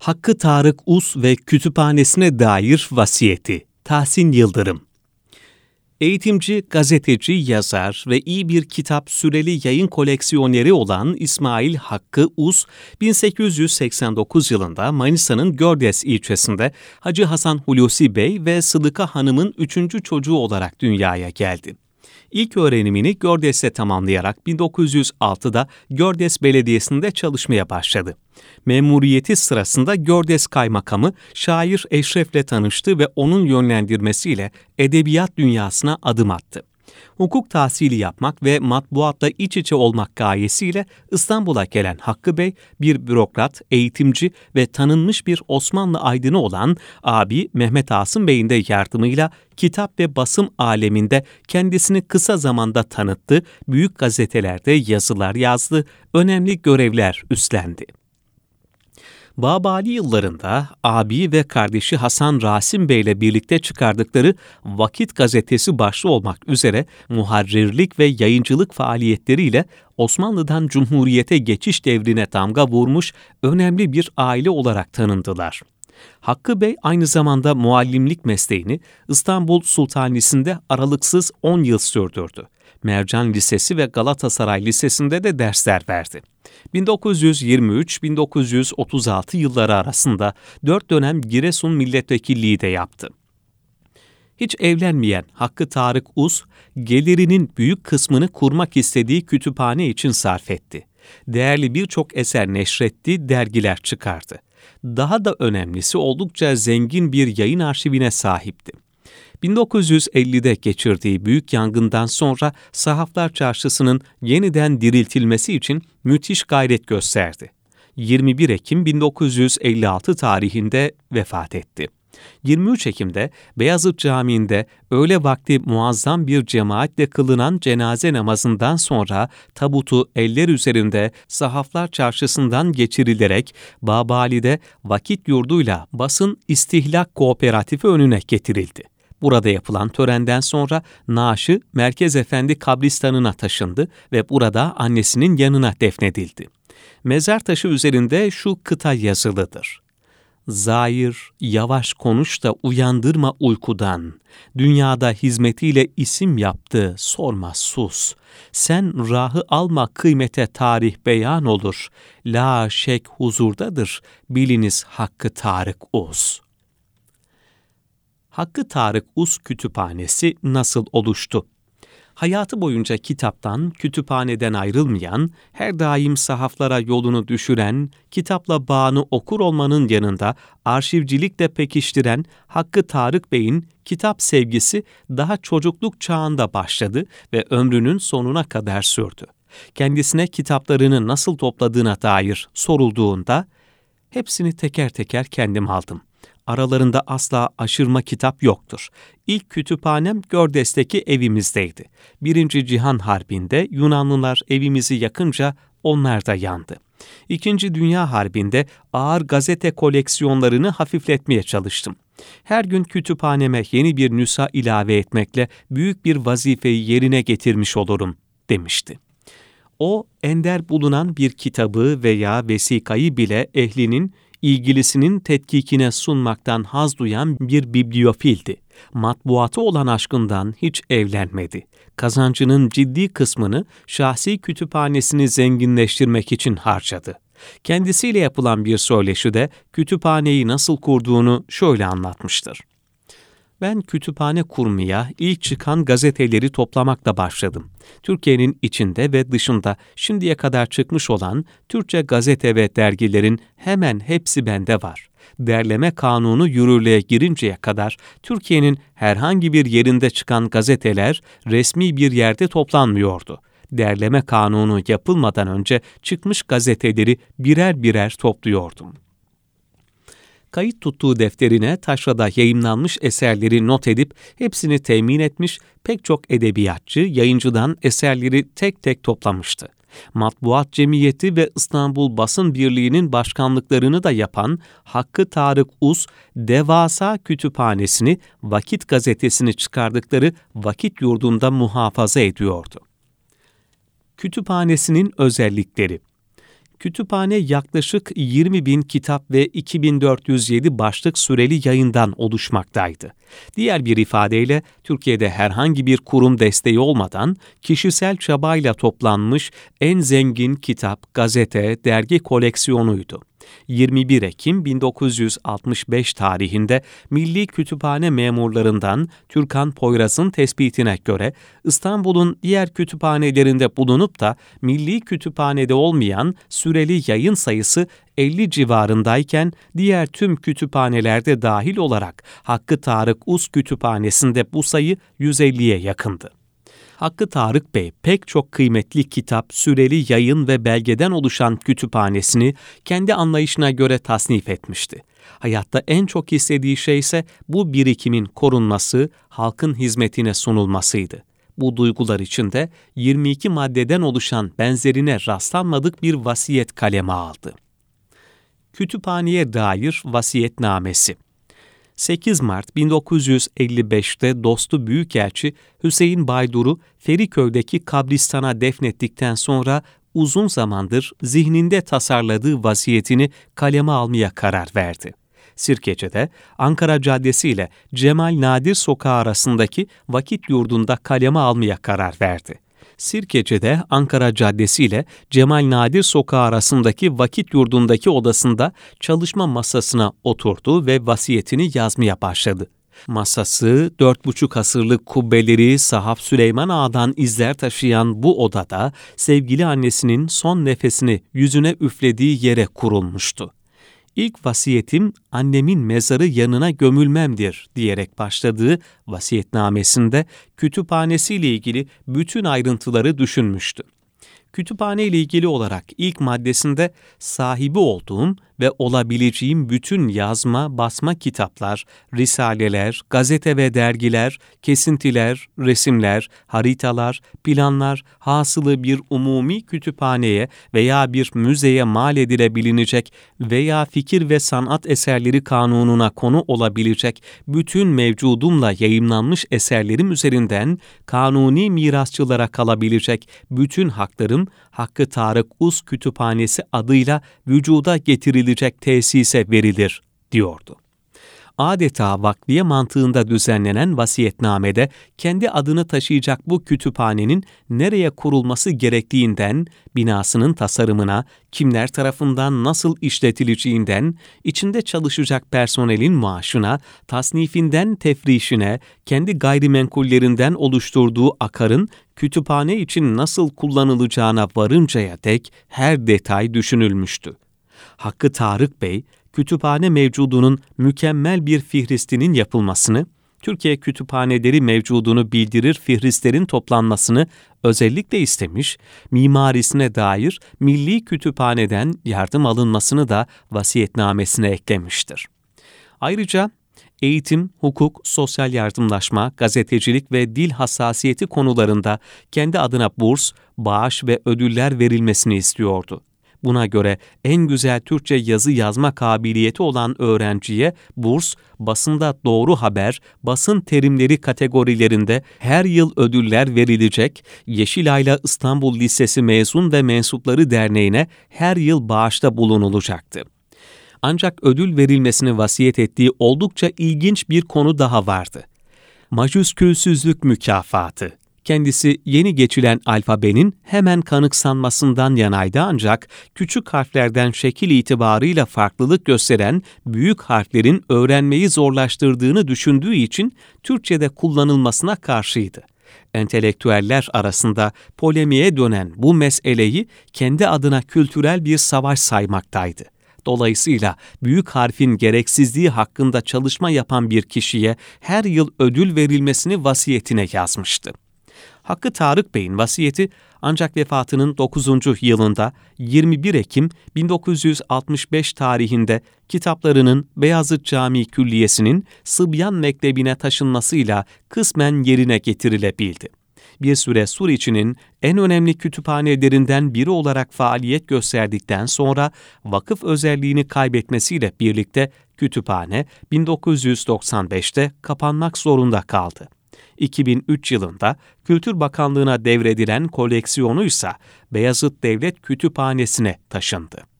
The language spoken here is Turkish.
Hakkı Tarık Us ve kütüphanesine dair vasiyeti. Tahsin Yıldırım. Eğitimci, gazeteci, yazar ve iyi bir kitap süreli yayın koleksiyoneri olan İsmail Hakkı Us, 1889 yılında Manisa'nın Gördes ilçesinde Hacı Hasan Hulusi Bey ve Sıdıka Hanım'ın 3. çocuğu olarak dünyaya geldi. İlk öğrenimini Gördes'te tamamlayarak 1906'da Gördes Belediyesi'nde çalışmaya başladı. Memuriyeti sırasında Gördes Kaymakamı şair Eşref'le tanıştı ve onun yönlendirmesiyle edebiyat dünyasına adım attı. Hukuk tahsili yapmak ve matbuatla iç içe olmak gayesiyle İstanbul'a gelen Hakkı Bey, bir bürokrat, eğitimci ve tanınmış bir Osmanlı aydını olan abi Mehmet Asım Bey'in de yardımıyla kitap ve basım aleminde kendisini kısa zamanda tanıttı, büyük gazetelerde yazılar yazdı, önemli görevler üstlendi. Babali yıllarında abi ve kardeşi Hasan Rasim Bey ile birlikte çıkardıkları Vakit gazetesi başta olmak üzere muharrirlik ve yayıncılık faaliyetleriyle Osmanlı'dan Cumhuriyete geçiş devrine damga vurmuş önemli bir aile olarak tanındılar. Hakkı Bey aynı zamanda muallimlik mesleğini İstanbul Sultanisi'nde aralıksız 10 yıl sürdürdü. Mercan Lisesi ve Galatasaray Lisesi'nde de dersler verdi. 1923-1936 yılları arasında 4 dönem Giresun milletvekilliği de yaptı. Hiç evlenmeyen Hakkı Tarık Us, gelirinin büyük kısmını kurmak istediği kütüphane için sarf etti. Değerli birçok eser neşretti, dergiler çıkardı. Daha da önemlisi oldukça zengin bir yayın arşivine sahipti. 1950'de geçirdiği büyük yangından sonra Sahaflar Çarşısı'nın yeniden diriltilmesi için müthiş gayret gösterdi. 21 Ekim 1956 tarihinde vefat etti. 23 Ekim'de Beyazıt Camii'nde öğle vakti muazzam bir cemaatle kılınan cenaze namazından sonra tabutu eller üzerinde Sahaflar Çarşısı'ndan geçirilerek Babali'de Vakit Yurdu'yla Basın İstihlak Kooperatifi önüne getirildi. Burada yapılan törenden sonra naaşı Merkez Efendi kabristanına taşındı ve burada annesinin yanına defnedildi. Mezar taşı üzerinde şu kıta yazılıdır: "Zahir, yavaş konuş da uyandırma uykudan. Dünyada hizmetiyle isim yaptı, sorma sus. Sen rahı alma, kıymete tarih beyan olur. La şek huzurdadır, biliniz Hakkı Tarık Us." Hakkı Tarık Us Kütüphanesi nasıl oluştu? Hayatı boyunca kitaptan, kütüphaneden ayrılmayan, her daim sahaflara yolunu düşüren, kitapla bağını okur olmanın yanında arşivcilikle pekiştiren Hakkı Tarık Bey'in kitap sevgisi daha çocukluk çağında başladı ve ömrünün sonuna kadar sürdü. Kendisine kitaplarını nasıl topladığına dair sorulduğunda, "Hepsini teker teker kendim aldım. Aralarında asla aşırma kitap yoktur. İlk kütüphanem Gördes'teki evimizdeydi. 1. Cihan Harbi'nde Yunanlılar evimizi yakınca onlar da yandı. 2. Dünya Harbi'nde ağır gazete koleksiyonlarını hafifletmeye çalıştım. Her gün kütüphaneme yeni bir nüsha ilave etmekle büyük bir vazifeyi yerine getirmiş olurum," demişti. O, ender bulunan bir kitabı veya vesikayı bile ehlinin, ilgilisinin tetkikine sunmaktan haz duyan bir bibliofildi. Matbuatı olan aşkından hiç evlenmedi. Kazancının ciddi kısmını şahsi kütüphanesini zenginleştirmek için harcadı. Kendisiyle yapılan bir söyleşide kütüphaneyi nasıl kurduğunu şöyle anlatmıştır: "Ben kütüphane kurmaya ilk çıkan gazeteleri toplamakla başladım. Türkiye'nin içinde ve dışında şimdiye kadar çıkmış olan Türkçe gazete ve dergilerin hemen hepsi bende var. Derleme kanunu yürürlüğe girinceye kadar Türkiye'nin herhangi bir yerinde çıkan gazeteler resmi bir yerde toplanmıyordu. Derleme kanunu yapılmadan önce çıkmış gazeteleri birer birer topluyordum. Kayıt tuttuğu defterine taşrada yayımlanmış eserleri not edip hepsini temin etmiş, pek çok edebiyatçı, yayıncıdan eserleri tek tek toplamıştı. Matbuat Cemiyeti ve İstanbul Basın Birliği'nin başkanlıklarını da yapan Hakkı Tarık Us, devasa kütüphanesini, Vakit gazetesini çıkardıkları Vakit Yurdu'nda muhafaza ediyordu. Kütüphanesinin özellikleri: Kütüphane yaklaşık 20.000 kitap ve 2.407 başlık süreli yayından oluşmaktaydı. Diğer bir ifadeyle Türkiye'de herhangi bir kurum desteği olmadan kişisel çabayla toplanmış en zengin kitap, gazete, dergi koleksiyonuydu. 21 Ekim 1965 tarihinde Milli Kütüphane memurlarından Türkan Poyraz'ın tespitine göre İstanbul'un diğer kütüphanelerinde bulunup da Milli Kütüphane'de olmayan süreli yayın sayısı 50 civarındayken diğer tüm kütüphanelerde dahil olarak Hakkı Tarık Us Kütüphanesi'nde bu sayı 150'ye yakındı. Hakkı Tarık Bey pek çok kıymetli kitap, süreli yayın ve belgeden oluşan kütüphanesini kendi anlayışına göre tasnif etmişti. Hayatta en çok istediği şey ise bu birikimin korunması, halkın hizmetine sunulmasıydı. Bu duygular içinde 22 maddeden oluşan benzerine rastlanmadık bir vasiyet kaleme aldı. Kütüphaneye dair vasiyetnamesi. 8 Mart 1955'te dostu Büyükelçi Hüseyin Baydur'u Feriköy'deki kabristana defnettikten sonra uzun zamandır zihninde tasarladığı vasiyetini kaleme almaya karar verdi. Sirkeci'de Ankara Caddesi ile Cemal Nadir Sokağı arasındaki vakit yurdunda kaleme almaya karar verdi. Sirkeci'de Ankara Caddesi ile Cemal Nadir Sokağı arasındaki vakit yurdundaki odasında çalışma masasına oturdu ve vasiyetini yazmaya başladı. Masası, 4,5 asırlık kubbeleri Sahaf Süleyman Ağa'dan izler taşıyan bu odada sevgili annesinin son nefesini yüzüne üflediği yere kurulmuştu. İlk vasiyetim annemin mezarı yanına gömülmemdir diyerek başladığı vasiyetnamesinde kütüphanesiyle ilgili bütün ayrıntıları düşünmüştü. Kütüphane ile ilgili olarak ilk maddesinde sahibi olduğum ve olabileceğim bütün yazma, basma kitaplar, risaleler, gazete ve dergiler, kesintiler, resimler, haritalar, planlar, hasılı bir umumi kütüphaneye veya bir müzeye mal edilebilecek veya fikir ve sanat eserleri kanununa konu olabilecek bütün mevcudumla yayımlanmış eserlerim üzerinden kanuni mirasçılara kalabilecek bütün haklarım Hakkı Tarık Us Kütüphanesi adıyla vücuda getirilecek tesise verilir, diyordu. Adeta vakfiye mantığında düzenlenen vasiyetnamede kendi adını taşıyacak bu kütüphanenin nereye kurulması gerektiğinden, binasının tasarımına, kimler tarafından nasıl işletileceğinden, içinde çalışacak personelin maaşına, tasnifinden tefrişine, kendi gayrimenkullerinden oluşturduğu akarın kütüphane için nasıl kullanılacağına varıncaya dek her detay düşünülmüştü. Hakkı Tarık Bey, kütüphane mevcudunun mükemmel bir fihristinin yapılmasını, Türkiye kütüphaneleri mevcudunu bildirir fihristlerin toplanmasını özellikle istemiş, mimarisine dair Milli Kütüphane'den yardım alınmasını da vasiyetnamesine eklemiştir. Ayrıca eğitim, hukuk, sosyal yardımlaşma, gazetecilik ve dil hassasiyeti konularında kendi adına burs, bağış ve ödüller verilmesini istiyordu. Buna göre en güzel Türkçe yazı yazma kabiliyeti olan öğrenciye burs, basında doğru haber, basın terimleri kategorilerinde her yıl ödüller verilecek, Yeşilayla İstanbul Lisesi Mezun ve Mensupları Derneği'ne her yıl bağışta bulunulacaktı. Ancak ödül verilmesini vasiyet ettiği oldukça ilginç bir konu daha vardı. Majüskülsüzlük mükafatı. Kendisi yeni geçilen alfabenin hemen kanıksanmasından yanaydı ancak küçük harflerden şekil itibarıyla farklılık gösteren büyük harflerin öğrenmeyi zorlaştırdığını düşündüğü için Türkçe'de kullanılmasına karşıydı. Entelektüeller arasında polemiğe dönen bu meseleyi kendi adına kültürel bir savaş saymaktaydı. Dolayısıyla büyük harfin gereksizliği hakkında çalışma yapan bir kişiye her yıl ödül verilmesini vasiyetine yazmıştı. Hakkı Tarık Bey'in vasiyeti ancak vefatının 9. yılında 21 Ekim 1965 tarihinde kitaplarının Beyazıt Camii Külliyesi'nin Sıbyan Mektebi'ne taşınmasıyla kısmen yerine getirilebildi. Bir süre Suriçi'nin en önemli kütüphanelerinden biri olarak faaliyet gösterdikten sonra vakıf özelliğini kaybetmesiyle birlikte kütüphane 1995'te kapanmak zorunda kaldı. 2003 yılında Kültür Bakanlığı'na devredilen koleksiyonu ise Beyazıt Devlet Kütüphanesi'ne taşındı.